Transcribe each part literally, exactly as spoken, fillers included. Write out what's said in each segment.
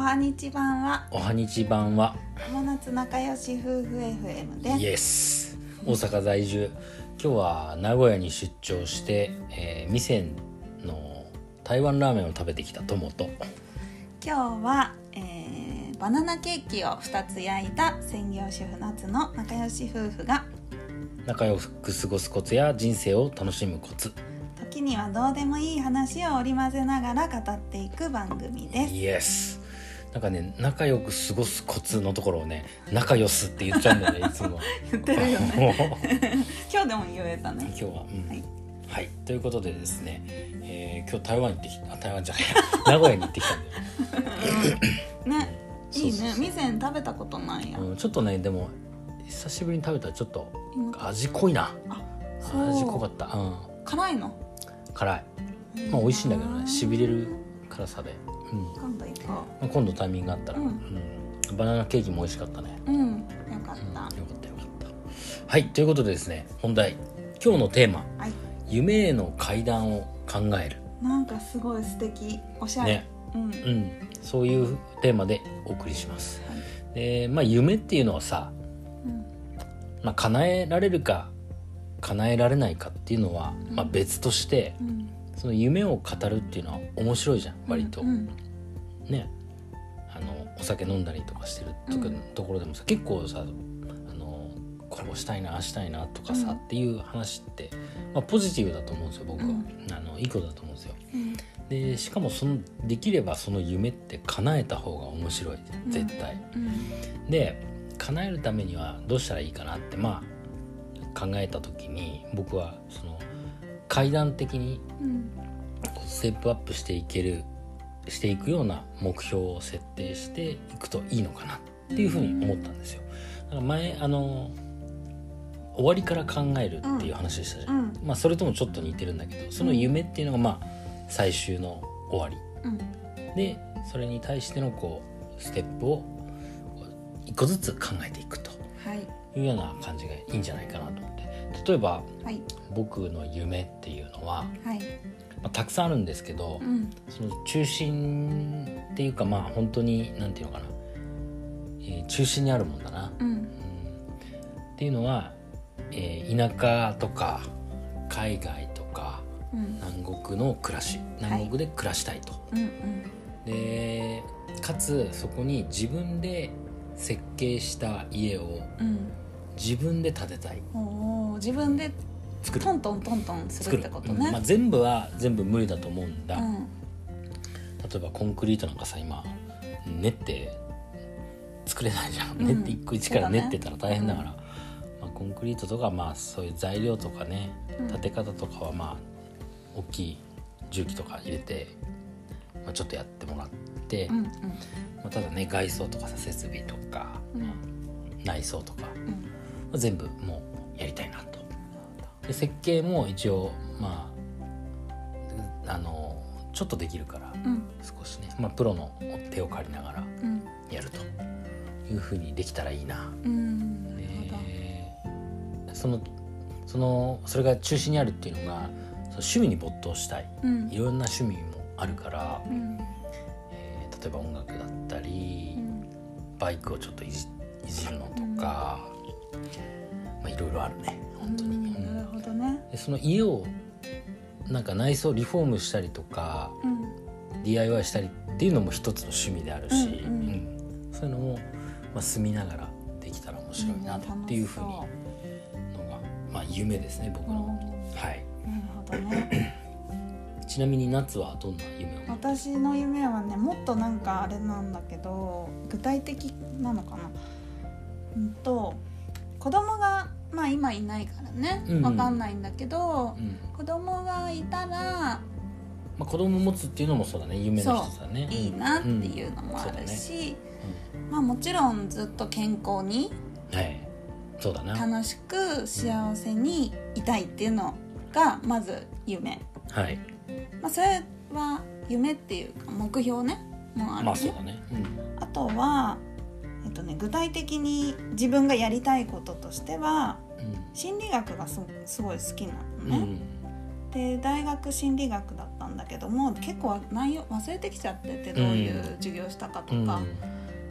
はにち版はおはにち版は浜夏仲良し夫婦 エフエム です。 イエス。大阪在住。今日は名古屋に出張して、えー、店の台湾ラーメンを食べてきた友と、 今日は、えー、バナナケーキをふたつ焼いた専業主婦夏の仲良し夫婦が仲良く過ごすコツや人生を楽しむコツ、 時にはどうでもいい話を織り交ぜながら語っていく番組です。 イエス。なんかね、仲良く過ごすコツのところをね、仲良すって言っちゃうんだよね、いつも言ってるよね今日でも言えたね。 今日は、うん、 はい、 はい、ということでですね、えー、今日台湾行ってきた、台湾じゃない名古屋に行ってきたんだよね、いいね。店に食べたことないや、 うん、ちょっとね、でも久しぶりに食べたらちょっと味濃いな。 あ、 味濃かった、うん、 辛いの？ 辛い。まあ美味しいんだけどね、しびれる辛さで、うん、 今度行こう、 まあ、今度タイミングがあったら、うんうん、バナナケーキも美味しかったね。 うん、よかった、うん、よかったよかったはい、ということでですね、本題、今日のテーマ、はい、夢への階段を考える。 なんかすごい素敵、おしゃれ、 ね、 うんうん、そういうテーマでお送りします、はい。で、まあ、夢っていうのはさ、うん、まあ、叶えられるか叶えられないかっていうのは、まあ、別として、うん、その夢を語るっていうのは面白いじゃん、割と、うんうん、ね、あのお酒飲んだりとかしてるとか、うん、ところでもさ、結構さ、あのこれをしたいな、ああしたいなとかさ、うん、っていう話って、まあ、ポジティブだと思うんですよ、僕は、うん、あのいいことだと思うんですよ、うん、でしかもそのできればその夢って叶えた方が面白い、絶対、うんうん、で叶えるためにはどうしたらいいかなって、まあ考えた時に、僕はその階段的にステップアップしていけるしていくような目標を設定していくといいのかなっていうふうに思ったんですよ。だから前あの終わりから考えるっていう話でしたじゃん、うん、まあそれともちょっと似てるんだけど、その夢っていうのがまあ最終の終わり、うん、でそれに対してのこうステップを一個ずつ考えていくというような感じがいいんじゃないかなと思って、例えば、はい、僕の夢っていうのは、はい、まあ、たくさんあるんですけど、うん、その中心っていうか、まあ本当になんていうのかな、えー、中心にあるもんだな、うんうん、っていうのは、えー、田舎とか海外とか、うん、南国の暮らし、南国で暮らしたいと、はい、うんうん、でかつそこに自分で設計した家を自分で建てたい、うん、 お自分で作る、トントントントンするってことね、 うん、まあ、全部は全部無理だと思うんだ、うん、例えばコンクリートなんかさ、今練って作れないじゃん、うん、練って一個一から練ってたら大変だから、ね、うん、まあ、コンクリートとか、まあそういう材料とかね、建て方とかはまあ大きい重機とか入れて、まあ、ちょっとやってもらって、うんうん、まあ、ただね、外装とかさ、設備とか、うん、まあ、内装とか、うん、まあ、全部もうやりたいなと。で設計も一応まああのちょっとできるから、うん、少しね、まあ、プロの手を借りながらやるというふうにできたらいいな、うん、でそのそのそれが中心にあるっていうのが、その趣味に没頭したい、うん、いろんな趣味もあるから、うん、えー、例えば音楽だったり、うん、バイクをちょっとい じ, いじるのとか、うん、まあ、いろいろあるね、本当に、うん、なるほどね。でその家をなんか内装リフォームしたりとか、うん、ディーアイワイ したりっていうのも一つの趣味であるし、うんうんうん、そういうのも、まあ、住みながらできたら面白いなっていうふうにのが、まあ、夢ですね、僕の、うん、はい。 なるほどねちなみに夏はどんな夢を？ 私の夢はね、もっとなんかあれなんだけど、具体的なのかな、うんと子供がまあ今いないからね、うんうん、分かんないんだけど、うん、子供がいたら、まあ、子供持つっていうのもそうだね、夢の一つだね、 いいなっていうのもあるし、うん、ね、うん、まあ、もちろんずっと健康に、 はい、そうだな、 楽しく幸せにいたいっていうのがまず夢、 はい、 まあ、それは夢っていうか目標ね、もあるね、 まあそうだね、うん、 あとはえっとね、具体的に自分がやりたいこととしては、うん、心理学が す, すごい好きなのね、うん、っで大学心理学だったんだけども結構内容忘れてきちゃっててどういう授業したかとか、うん、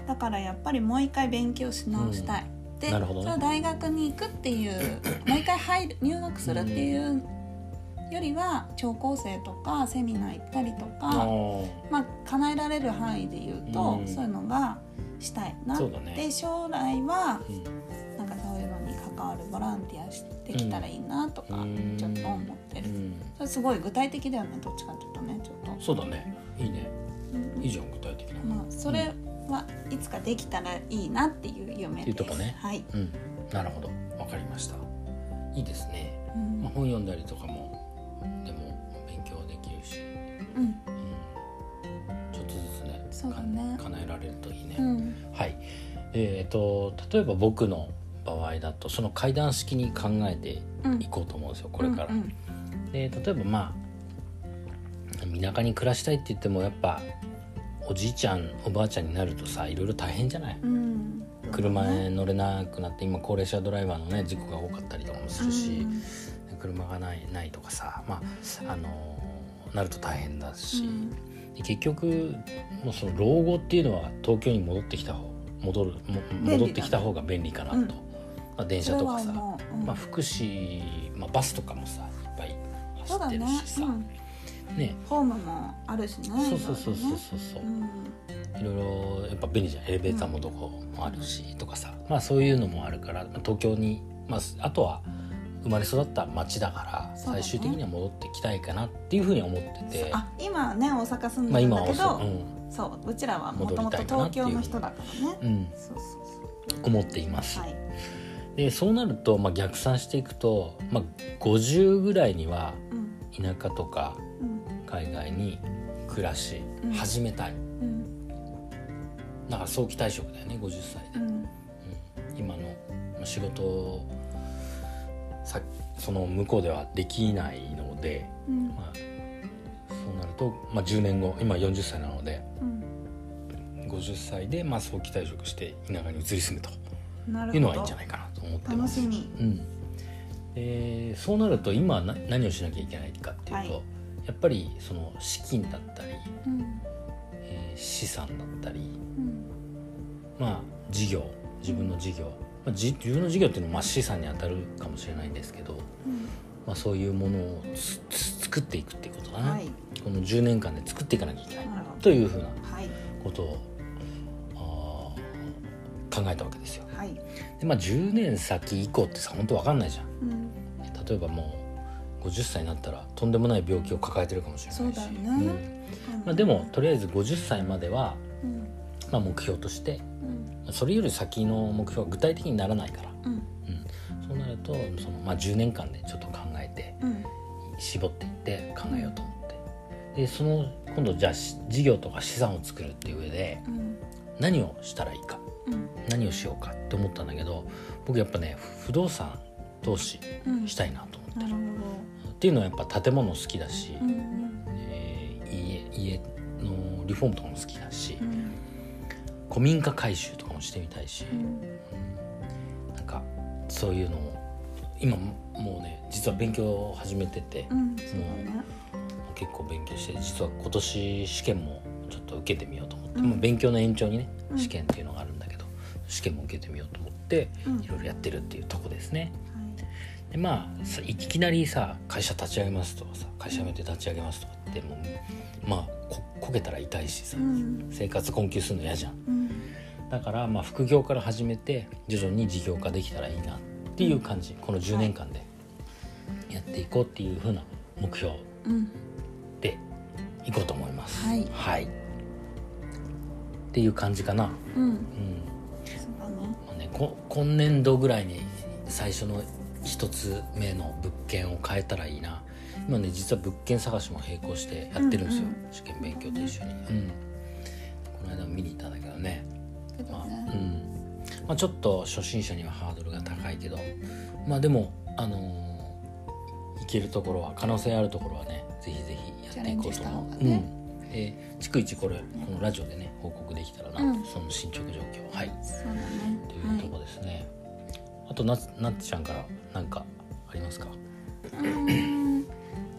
だからやっぱりもう一回勉強し直したい、うん、で、 なるほどね、 それ大学に行くっていうもう一回入る入学するっていうよりは聴講生とかセミナー行ったりとか、まあ、叶えられる範囲で言うと、うん、そういうのがしたいな、 そうだね、 で将来は、うん、なんかそういうのに関わるボランティアしてきたらいいなとか、うん、ちょっと思ってる、うん、それすごい具体的だよね、どっちかというとね、ちょっとそうだね、いいね、うん、いいじゃん具体的な、 まあ、それはいつかできたらいいなっていう夢です。っていうとこね、 はい、 うん、なるほど、わかりました。いいですね、うんまあ、本読んだりとかもでも勉強できるし、うんうん、ちょっとずつね、 そうだね、 叶えられるといいね、うん、はい、えーと、例えば僕の場合だとその階段式に考えていこうと思うんですよ、うん、これから、うんうん、で例えばまあ田舎に暮らしたいって言ってもやっぱおじいちゃんおばあちゃんになるとさいろいろ大変じゃない、うん、車へ乗れなくなって今高齢者ドライバーのね事故が多かったりとかもするし、うん、車がないないとかさ、まああのー、なると大変だし、うん、で結局もうその老後っていうのは東京に戻ってきた方戻る戻ってきた方が便利かなと、うんまあ、電車とかさ、うんまあ、福祉、まあ、バスとかもさいっぱい走ってるしさ、 そうだね、うん、ね、ホームもあるしね、 そうそうそうそうそうそう、うん、いろいろやっぱ便利じゃん、エレベーターもどこもあるしとかさ、まあそういうのもあるから、東京に、まあ、あとは生まれ育った町だから、最終的には戻ってきたいかなっていうふうに思ってて、 あ今ね大阪住んでるんだけど、まあうん、そううちらはもともと東京の人だからね、うん、そうそうそう思っています、はい、でそうなると、まあ、逆算していくと、まあ、ごじゅうぐらいには田舎とか海外に暮らし始めたい、うんうん、だから早期退職だよねごじゅっさいで、うんうん、今の仕事をさその向こうではできないので、うんまあ、そうなると、まあ、じゅうねんご今よんじゅっさいなので、うん、ごじゅっさいで、まあ、早期退職して田舎に移り住むというのはいいんじゃないかなと思ってます。 楽しみ、 うんえー、そうなると今な何をしなきゃいけないかっていうと、はい、やっぱりその資金だったり、うんえー、資産だったり、うん、まあ事業自分の事業、まあ、自分の事業っていうのはまあ資産に当たるかもしれないんですけど、うんまあ、そういうものを作っていくっていうことだな、はい、このじゅうねんかんで作っていかなきゃいけないというふうなことを、はい、考えたわけですよ、はいでまあ、じゅうねん先以降ってさ本当分かんないじゃん、うん、例えばもうごじゅっさいになったらとんでもない病気を抱えてるかもしれないし、 そうだよね、うんまあ、でもとりあえずごじゅっさいまでは、うんまあ、目標として、うん、それより先の目標は具体的にならないから、うんうん、そうなるとその、まあ、じゅうねんかんでちょっと考えて、うん、絞っていって考えようと思って、でその今度じゃあ事業とか資産を作るっていう上で、うん、何をしたらいいか、うん、何をしようかって思ったんだけど、僕やっぱね不動産投資したいなと思ってる、うん、なるほどっていうのはやっぱ建物好きだし、うんえー、家, 家のリフォームとかも好きだし、うん、古民家改修とかもしてみたいし、うんうん、なんかそういうのを今もうね実は勉強を始めてて、うん、そうだね、もう結構勉強して実は今年試験もちょっと受けてみようと思って、うん、勉強の延長にね試験っていうのがあるんだけど、うん、試験も受けてみようと思っていろいろやってるっていうとこですね、うん、でまあいきなりさ会社立ち上げますとかさ会社辞めて立ち上げますとかってもうまあ こ, こけたら痛いしさ、うん、生活困窮するの嫌じゃん、うん、だからまあ副業から始めて徐々に事業化できたらいいなっていう感じ、うん、このじゅうねんかんでやっていこうっていう風な目標でいこうと思います、はい、はい、っていう感じかな、うんうんそうだねまあね、こ今年度ぐらいに最初の一つ目の物件を変えたらいいな。今ね実は物件探しも並行してやってるんですよ、うんうん、試験勉強と一緒に、うん、この間も見に行ったんだけどね、まあうんまあ、ちょっと初心者にはハードルが高いけど、まあでもあのー、いけるところは可能性あるところはねぜひぜひやっていこうと思う、ねうん、で逐一これこのラジオでね報告できたらな、うん、その進捗状況はいそうだねというところですね、はい、あとななっちゃんから何かありますか？ うん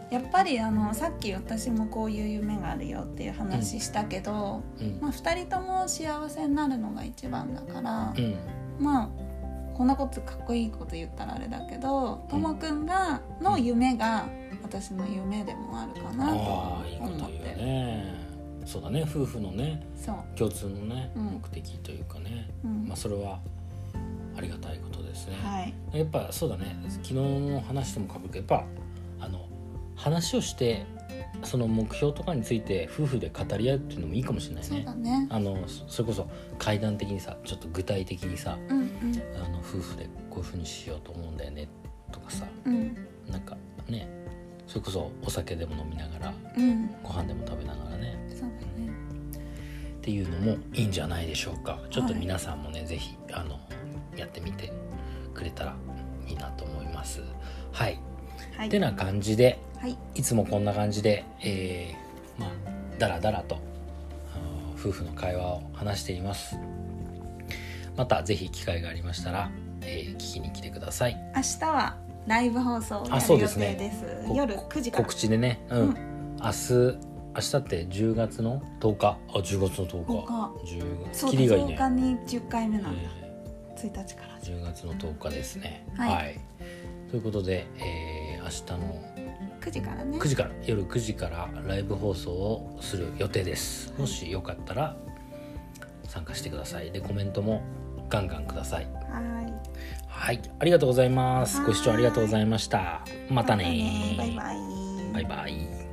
やっぱりあのさっき私もこういう夢があるよっていう話したけど、 うんまあ、ふたりとも幸せになるのが一番だから、 うんまあこんなことかっこいいこと言ったらあれだけど、ともくんがの夢が私の夢でもあるかなとああいいこと言う思ってる。 ね。そうだね、夫婦のねそう、 共通のね、 うん目的というかね、 うんまあそれはありがたいことですね。 はい、 やっぱそうだね、昨日の話ともかぶるけど、やっぱあの話をしてその目標とかについて夫婦で語り合うっていうのもいいかもしれないね。 そうだね。 あのそれこそ階段的にさ、ちょっと具体的にさ、 うんうんあの夫婦でこういう風にしようと思うんだよねとかさ、 うんなんかね、それこそお酒でも飲みながらうんご飯でも食べながらねそうだね。 っていうのもいいんじゃないでしょうか。ちょっと皆さんもね、はい、ぜひあのやってみてくれたらいいなと思います。はい、 はい、 てな感じで、 はい、 いつもこんな感じで、えー、まあだらだらと夫婦の会話を話しています。またぜひ機会がありましたら、えー、聞きに来てください。 明日はライブ放送をやる予定です。 あ、そうですね。 夜くじから告知でね、うん、うん、明日明日ってじゅうがつのとおか、あじゅうがつのとおか、じゅうがつキリがいいね。 とおかにじゅっかいめなんだ、えー、ついたちからじゅうがつのとおかですね。 はい、 はい、ということで、えー、明日のくじからね、 くじから夜くじからライブ放送をする予定です。もしよかったら参加してください。でコメントもガンガンください。 はいはい、ありがとうございます。ご視聴ありがとうございました。またね。 バイバイ。 バイバイ。